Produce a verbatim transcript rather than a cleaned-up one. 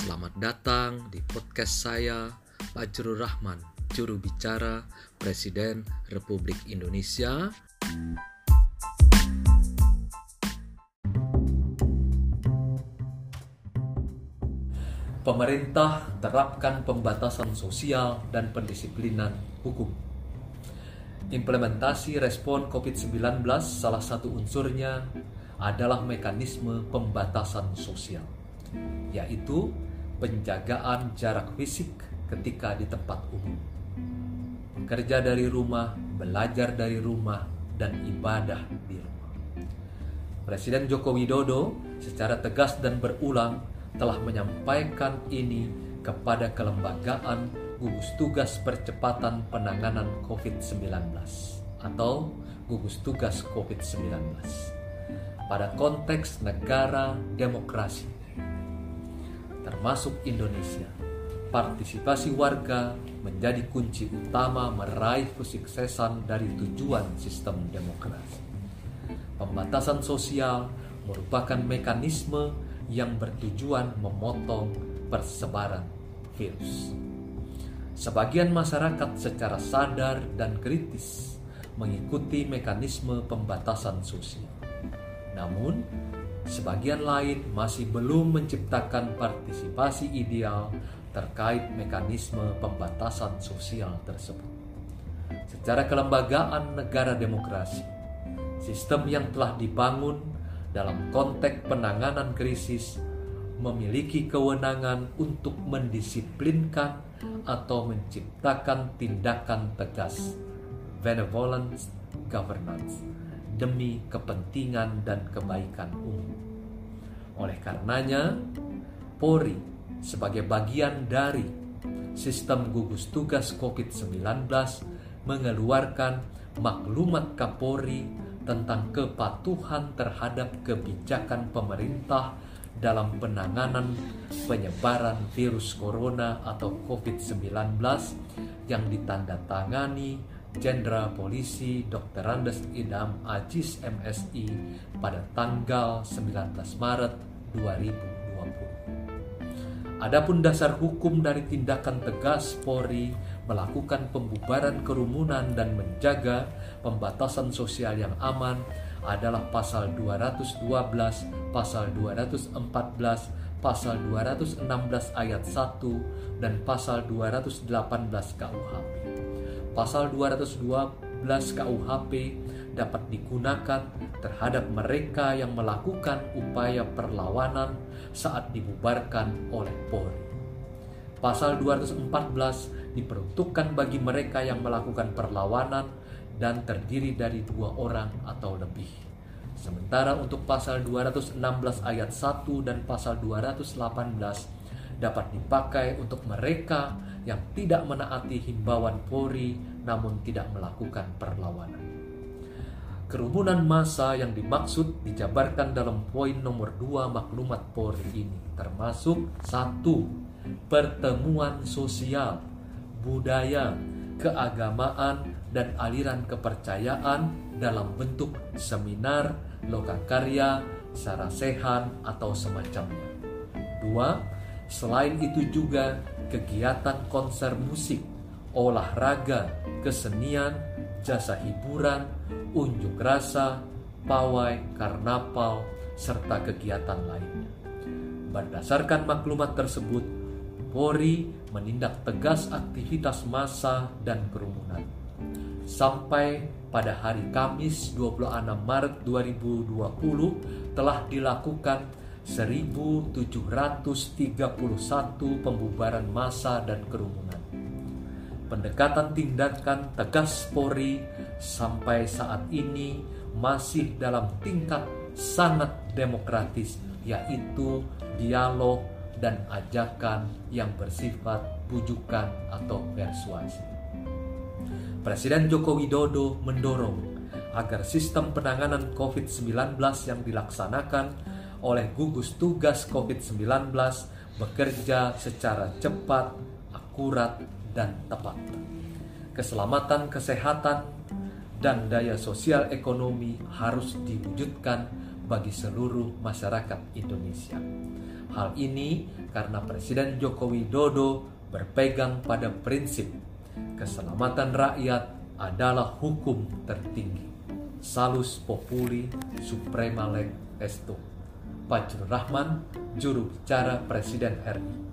Selamat datang di podcast saya, Fajrul Rahman, juru bicara Presiden Republik Indonesia. Pemerintah terapkan pembatasan sosial dan pendisiplinan hukum. Implementasi respon covid sembilan belas salah satu unsurnya adalah mekanisme pembatasan sosial, yaitu penjagaan jarak fisik ketika di tempat umum, bekerja dari rumah, belajar dari rumah, dan ibadah di rumah. Presiden Joko Widodo secara tegas dan berulang telah menyampaikan ini kepada kelembagaan gugus tugas percepatan penanganan covid sembilan belas atau gugus tugas covid sembilan belas pada konteks negara demokrasi termasuk Indonesia. Partisipasi warga menjadi kunci utama meraih kesuksesan dari tujuan sistem demokrasi. Pembatasan sosial merupakan mekanisme yang bertujuan memotong persebaran virus. Sebagian masyarakat secara sadar dan kritis mengikuti mekanisme pembatasan sosial. Namun, sebagian lain masih belum menciptakan partisipasi ideal terkait mekanisme pembatasan sosial tersebut. Secara kelembagaan negara demokrasi, sistem yang telah dibangun dalam konteks penanganan krisis memiliki kewenangan untuk mendisiplinkan atau menciptakan tindakan tegas benevolent governance demi kepentingan dan kebaikan umum. Oleh karenanya, Polri sebagai bagian dari sistem gugus tugas covid sembilan belas mengeluarkan maklumat Kapolri tentang kepatuhan terhadap kebijakan pemerintah dalam penanganan penyebaran virus corona atau covid sembilan belas yang ditandatangani Jenderal Polisi Doktor Andes Idam Aziz M Si pada tanggal sembilan belas Maret dua ribu dua puluh. Adapun dasar hukum dari tindakan tegas Polri melakukan pembubaran kerumunan dan menjaga pembatasan sosial yang aman adalah pasal dua ratus dua belas, pasal dua ratus empat belas, pasal dua ratus enam belas ayat satu, dan pasal dua ratus delapan belas K U H P. Pasal dua ratus dua belas K U H P dapat digunakan terhadap mereka yang melakukan upaya perlawanan saat dibubarkan oleh Polri. Pasal dua ratus empat belas diperuntukkan bagi mereka yang melakukan perlawanan dan terdiri dari dua orang atau lebih. Sementara untuk pasal dua ratus enam belas ayat satu dan pasal dua ratus delapan belas dapat dipakai untuk mereka yang tidak menaati himbauan Polri namun tidak melakukan perlawanan. Kerumunan massa yang dimaksud dijabarkan dalam poin nomor dua maklumat Polri ini termasuk satu. Pertemuan sosial, budaya, keagamaan, dan aliran kepercayaan dalam bentuk seminar, lokakarya, sarasehan, atau semacamnya. Dua, selain itu juga kegiatan konser musik, olahraga, kesenian, jasa hiburan, unjuk rasa, pawai, karnaval, serta kegiatan lainnya. Berdasarkan maklumat tersebut, Polri menindak tegas aktivitas massa dan kerumunan. Sampai pada hari Kamis dua puluh enam Maret dua ribu dua puluh telah dilakukan seribu tujuh ratus tiga puluh satu pembubaran massa dan kerumunan. Pendekatan tindakan tegas Polri sampai saat ini masih dalam tingkat sangat demokratis, yaitu dialog dan ajakan yang bersifat bujukan atau persuasi. Presiden Joko Widodo mendorong agar sistem penanganan covid sembilan belas yang dilaksanakan oleh gugus tugas covid sembilan belas bekerja secara cepat, akurat, dan tepat. Keselamatan kesehatan dan daya sosial ekonomi harus diwujudkan bagi seluruh masyarakat Indonesia. Hal ini karena Presiden Joko Widodo berpegang pada prinsip keselamatan rakyat adalah hukum tertinggi. Salus populi suprema leg esto. Fajrul Rahman, juru bicara Presiden R I.